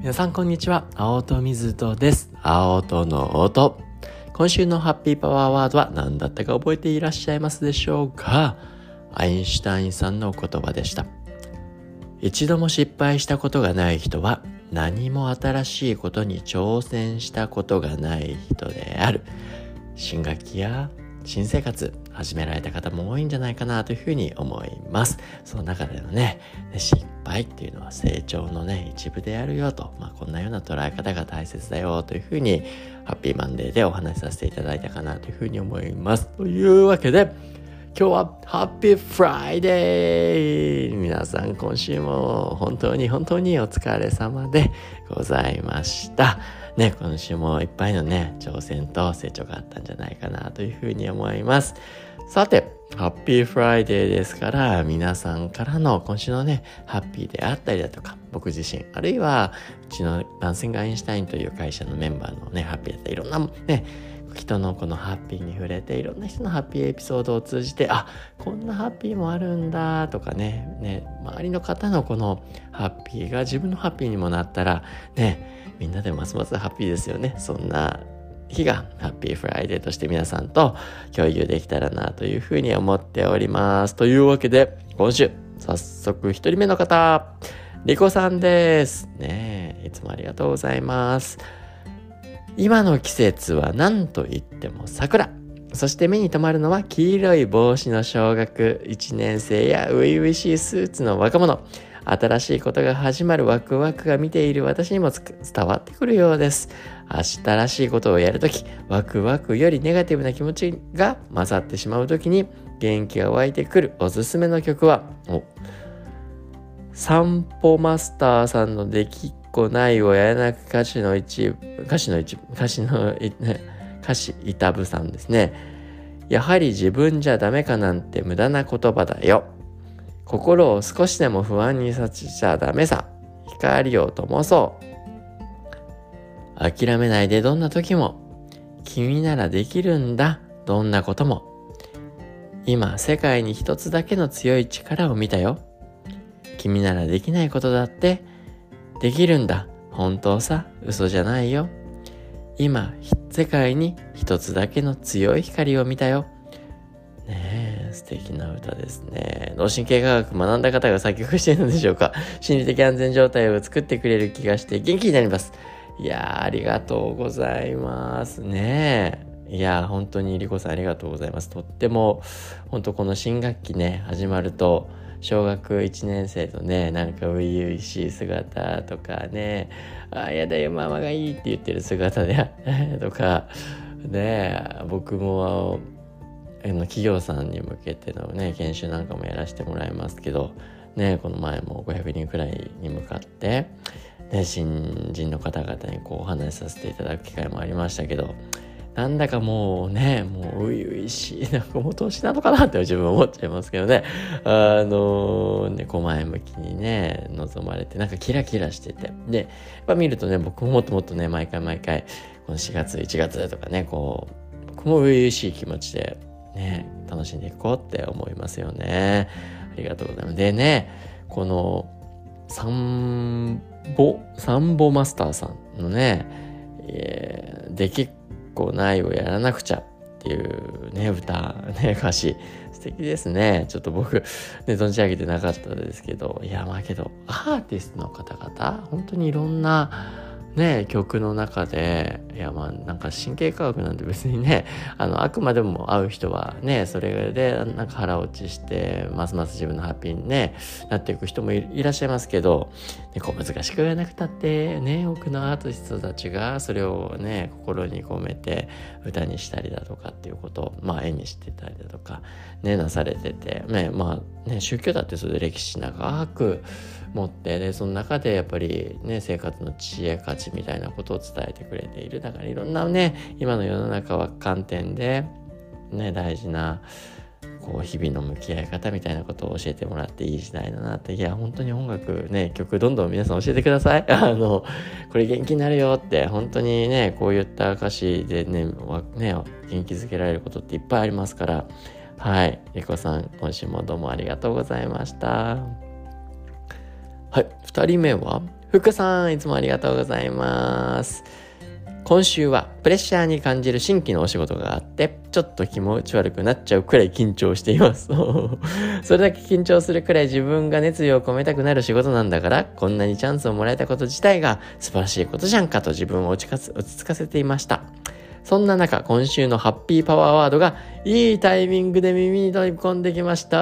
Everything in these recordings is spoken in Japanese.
皆さんこんにちは。青戸水戸です。青戸の音。今週のハッピーパワーワードは何だったか覚えていらっしゃいますでしょうか？アインシュタインさんの言葉でした。一度も失敗したことがない人は何も新しいことに挑戦したことがない人である。新学期や新生活始められた方も多いんじゃないかなというふうに思います。その中での失敗っていうのは成長の一部であるよと、こんなような捉え方が大切だよというふうにハッピーマンデーでお話しさせていただいたかなというふうに思います。というわけで今日はハッピーフライデー。皆さん今週も本当にお疲れ様でございました。今週もいっぱいの挑戦と成長があったんじゃないかなというふうに思います。さて、ハッピーフライデーですから、皆さんからの今週のハッピーであったりだとか、僕自身、あるいはうちのバンシング・アインシュタインという会社のメンバーのハッピーだったり、いろんな人のこのハッピーに触れて、いろんな人のハッピーエピソードを通じて、こんなハッピーもあるんだとか周りの方のこのハッピーが自分のハッピーにもなったらみんなでますますハッピーですよね。そんな日がハッピーフライデーとして皆さんと共有できたらなというふうに思っております。というわけで今週早速一人目の方、リコさんです。いつもありがとうございます。今の季節は何と言っても桜。そして目に留まるのは黄色い帽子の小学1年生や初々しいスーツの若者。新しいことが始まるワクワクが見ている私にも伝わってくるようです。新しいことをやるとき、ワクワクよりネガティブな気持ちが勝ってしまうときに元気が湧いてくるおすすめの曲は、散歩マスターさんのできっこないをやらなく歌詞板部さんですね。やはり自分じゃダメかなんて無駄な言葉だよ。心を少しでも不安にさせちゃダメさ。光を灯そう。諦めないでどんな時も。君ならできるんだ。どんなことも。今世界に一つだけの強い力を見たよ。君ならできないことだってできるんだ。本当さ。嘘じゃないよ。今世界に一つだけの強い光を見たよ。素敵な歌ですね。脳神経科学学んだ方が作曲しているのでしょうか。心理的安全状態を作ってくれる気がして元気になります。いやありがとうございますいや本当にリコさんありがとうございます。とっても本当この新学期始まると小学1年生となんか初々しい姿とかやだよママがいいって言ってる姿でとか僕も企業さんに向けての研修なんかもやらせてもらいますけどこの前も500人くらいに向かって新人の方々にお話しさせていただく機会もありましたけど、なんだかもう初々しいもう年なのかなって自分は思っちゃいますけど前向きに望まれてキラキラしててやっぱ見ると僕ももっともっと毎回この4月1月とか僕も初々しい気持ちで楽しんでいこうって思いますよね。ありがとうございます。でこのサンボマスターさんのできっこないをやらなくちゃっていう歌歌詞素敵ですね。ちょっと僕存じ上げてなかったですけど、けどアーティストの方々本当にいろんな曲の中で神経科学なんて別にあくまでも会う人はそれで腹落ちしてますます自分のハッピーになっていく人もいらっしゃいますけど難しくやらなくたって多くのアーティストたちがそれを心に込めて歌にしたりだとかっていうことを絵にしてたりだとかなされてて宗教だってそれで歴史長く持ってその中でやっぱり生活の知恵価値みたいなことを伝えてくれている。だからいろんな今の世の中は観点で大事な日々の向き合い方みたいなことを教えてもらっていい時代だなって。本当に音楽曲どんどん皆さん教えてください。これ元気になるよって本当にこういった歌詞で元気づけられることっていっぱいありますから。リコさん今週もどうもありがとうございました。2人目は福さん、いつもありがとうございます。今週はプレッシャーに感じる新規のお仕事があって、ちょっと気持ち悪くなっちゃうくらい緊張しています。それだけ緊張するくらい自分が熱意を込めたくなる仕事なんだから、こんなにチャンスをもらえたこと自体が素晴らしいことじゃんかと自分を落ち着かせていました。そんな中、今週のハッピーパワーワードがいいタイミングで耳に飛び込んできました。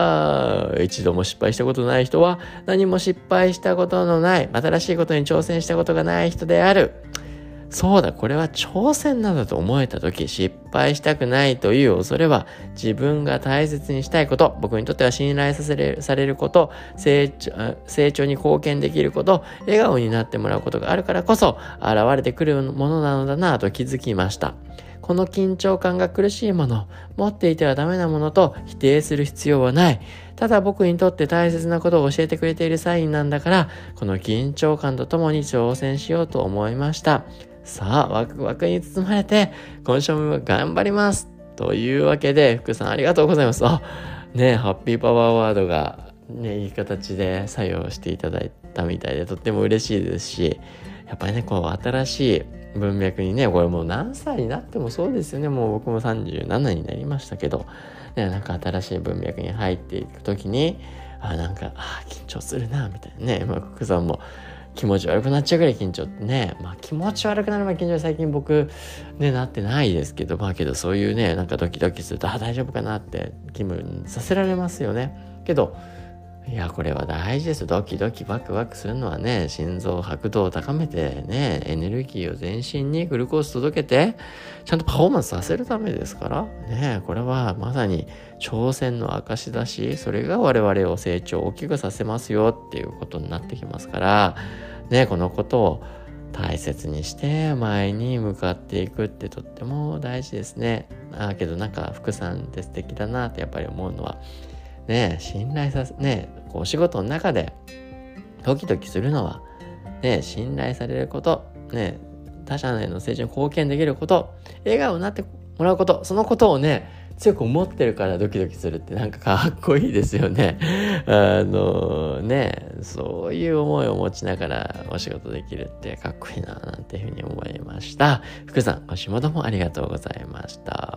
一度も失敗したことのない人は、何も失敗したことのない、新しいことに挑戦したことがない人である。そうだ、これは挑戦などと思えたとき、失敗したくないという恐れは、自分が大切にしたいこと、僕にとっては信頼されること、成長に貢献できること、笑顔になってもらうことがあるからこそ、現れてくるものなのだなと気づきました。この緊張感が苦しいもの、持っていてはダメなものと否定する必要はない。ただ僕にとって大切なことを教えてくれているサインなんだから、この緊張感とともに挑戦しようと思いました。さあ、ワクワクに包まれて、今週も頑張ります。というわけで、福さんありがとうございます。ハッピーパワーワードがね、いい形で作用していただいたみたいで、とっても嬉しいですし、やっぱりね、新しい文脈にね、これもう何歳になってもそうですよね。もう僕も37になりましたけど、ね、新しい文脈に入っていくときに、緊張するな、みたいなね。福さんも気持ち悪くなっちゃうぐらい緊張ってね。気持ち悪くなる前緊張最近僕ね、なってないですけど、けどそういうね、ドキドキすると、大丈夫かなって気分させられますよね。けど、いや、これは大事ですよ。ドキドキワクワクするのはね、心臓拍動を高めてね、エネルギーを全身にグルコース届けて、ちゃんとパフォーマンスさせるためですからね。これはまさに挑戦の証だし、それが我々を成長大きくさせますよっていうことになってきますからね、このことを大切にして前に向かっていくってとっても大事ですね。けど福さんって素敵だなってやっぱり思うのはね、信頼させね、お仕事の中でドキドキするのはね、信頼されることね、他者への成長に貢献できること、笑顔になってもらうこと、そのことをね強く思ってるからドキドキするってかっこいいですよね。そういう思いを持ちながらお仕事できるってかっこいいななんていうふうに思いました。福さん、今週もどうもありがとうございました。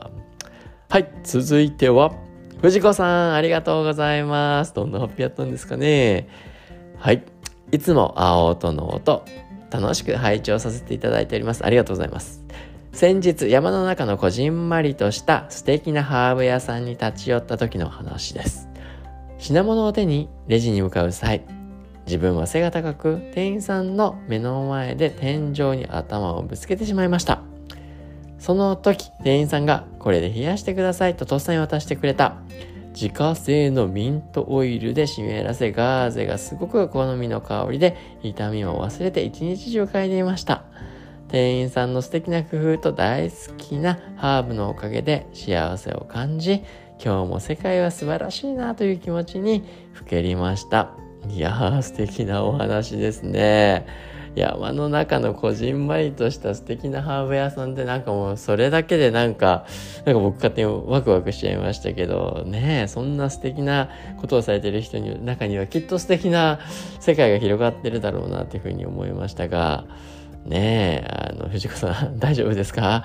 はい、続いては藤子さん、ありがとうございます。どんな発表やったんですかね。はい、いつも青音の音楽しく拝聴させていただいております。ありがとうございます。先日山の中のこじんまりとした素敵なハーブ屋さんに立ち寄った時の話です。品物を手にレジに向かう際、自分は背が高く店員さんの目の前で天井に頭をぶつけてしまいました。その時店員さんがこれで冷やしてくださいととっさに渡してくれた自家製のミントオイルで湿らせ、ガーゼがすごく好みの香りで痛みを忘れて一日中嗅いでいました。店員さんの素敵な工夫と大好きなハーブのおかげで幸せを感じ、今日も世界は素晴らしいなという気持ちにふけりました。いやー、素敵なお話ですね。山の中のこじんまりとした素敵なハーブ屋さんってもうそれだけで僕勝手にワクワクしちゃいましたけどね。そんな素敵なことをされている人の中にはきっと素敵な世界が広がってるだろうなというふうに思いましたがねえ、藤子さん大丈夫ですか？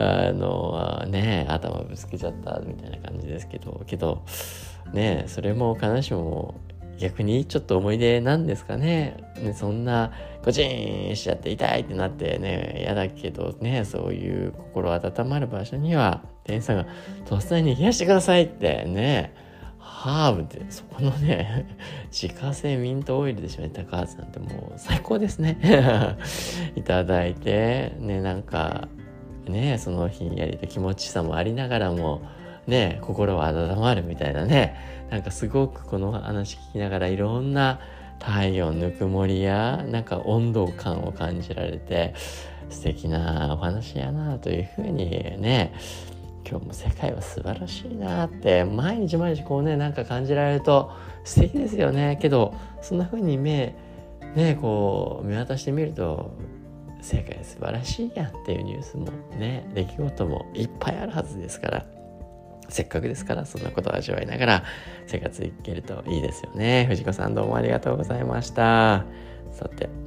頭ぶつけちゃったみたいな感じですけどねえ、それも悲しも逆にちょっと思い出なんですかね。そんなゴチンしちゃって痛いってなってね、嫌だけどね、そういう心温まる場所には店員さんがとっさに冷やしてくださいってね、ハーブでそこのね自家製ミントオイルでしめたカーズなんてもう最高ですねいただいてね、そのひんやりと気持ちさもありながらもね、心は温まるみたいなね、すごくこの話聞きながらいろんな太陽のぬくもりや温度感を感じられて素敵なお話やなというふうにね、今日も世界は素晴らしいなって毎日感じられると素敵ですよね。けどそんなふうに見渡してみると世界素晴らしいやっていうニュースもね、出来事もいっぱいあるはずですから、せっかくですからそんなことを味わいながら生活いけるといいですよね。藤子さんどうもありがとうございました。さて、じゃ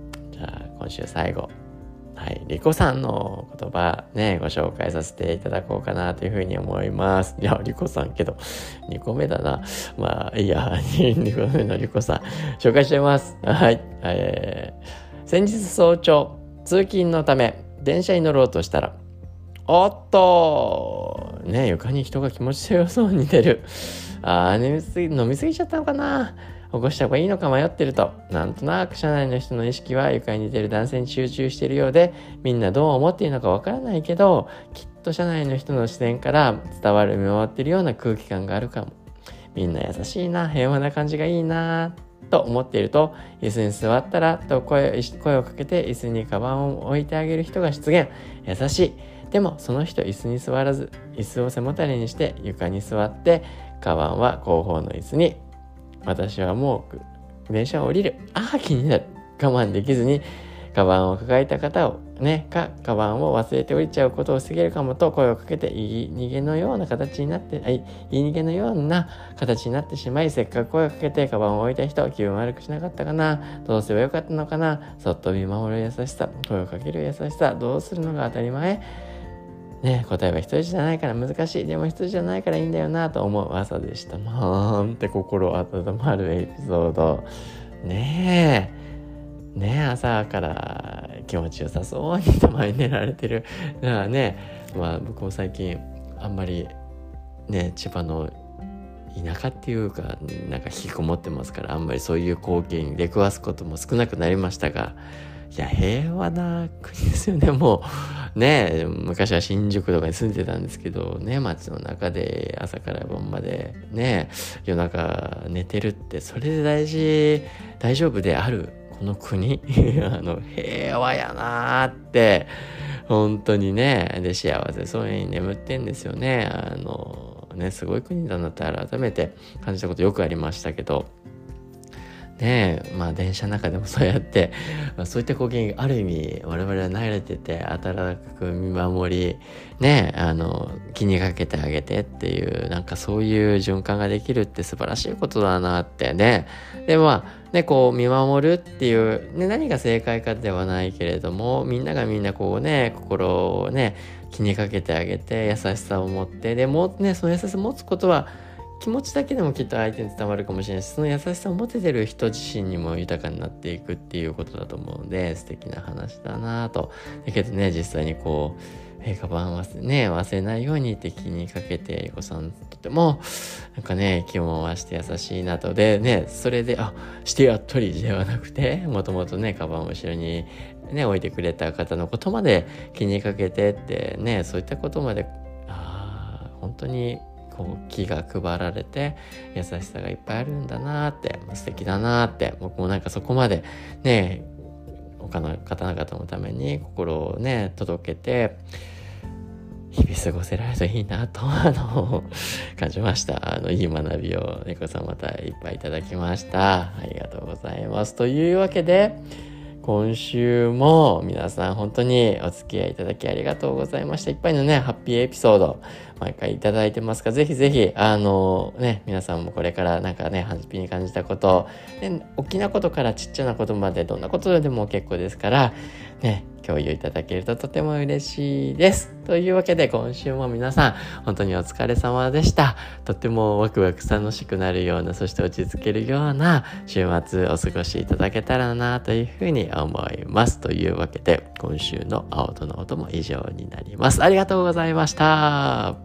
今週最後、リコさんの言葉ね、ご紹介させていただこうかなというふうに思います。いや、リコさんけど、2個目だな。まあ、いいや、2個目のリコさん、紹介しちゃいます。はい。先日早朝、通勤のため、電車に乗ろうとしたら、おっとね、床に人が気持ちよそうに寝る。飲みすぎちゃったのかな。起こした方がいいのか迷ってると、なんとなく車内の人の意識は床に寝てる男性に集中しているようで、みんなどう思っているのかわからないけど、きっと車内の人の視線から伝わる見守っているような空気感があるかも。みんな優しいな、平和な感じがいいなと思っていると、椅子に座ったらと声をかけて椅子にカバンを置いてあげる人が出現。優しい。でもその人椅子に座らず、椅子を背もたれにして床に座って、カバンは後方の椅子に。私はもう電車を降りる。気になる。我慢できずにカバンを抱えた方をカバンを忘れて降りちゃうことを防げるかもと声をかけて、言い逃げのような形になってしまい、せっかく声をかけてカバンを置いた人、気分悪くしなかったかな、どうすればよかったのかな、そっと見守る優しさ、声をかける優しさ、どうするのが当たり前答えは一人じゃないから難しい。でも一人じゃないからいいんだよなと思う朝でした。なんて心温まるエピソード。朝から気持ちよさそうにたまに寝られてる。だから僕も最近あんまり千葉の田舎っていうか引きこもってますから、あんまりそういう光景に出くわすことも少なくなりましたが、いや平和な国ですよね。もう昔は新宿とかに住んでたんですけど街の中で朝から晩まで夜中寝てるって、それで大丈夫であるこの国平和やなーって本当にで幸せそうに眠ってんですよね。すごい国だなって改めて感じたことよくありましたけど電車の中でもそうやって、そういった光景にある意味我々は慣れてて、温かく見守り気にかけてあげてっていうそういう循環ができるって素晴らしいことだなってでこう見守るっていう何が正解かではないけれども、みんながみんなこう心を気にかけてあげて優しさを持って、でもその優しさを持つことは気持ちだけでもきっと相手に伝わるかもしれないし、その優しさを持ててる人自身にも豊かになっていくっていうことだと思うので、素敵な話だなと。だけど実際にこうカバン忘れないようにって気にかけて、リコさんとても気を回して優しいなと。でそれでしてやっとりではなくて、もともとカバンを後ろに置いてくれた方のことまで気にかけてってそういったことまで本当に気が配られて優しさがいっぱいあるんだなって、素敵だなって、僕もそこまで他の方々のために心を届けて日々過ごせられるといいなと感じました。いい学びを猫さんまたいっぱいいただきました。ありがとうございます。というわけで今週も皆さん本当にお付き合いいただきありがとうございました。いっぱいのハッピーエピソード毎回いただいてますが、ぜひぜひ皆さんもこれからハッピーに感じたこと、大きなことからちっちゃなことまでどんなことでも結構ですから共有いただけるととても嬉しいです。というわけで今週も皆さん本当にお疲れ様でした。とてもワクワク楽しくなるような、そして落ち着けるような週末お過ごしいただけたらなというふうに思います。というわけで今週の青との音も以上になります。ありがとうございました。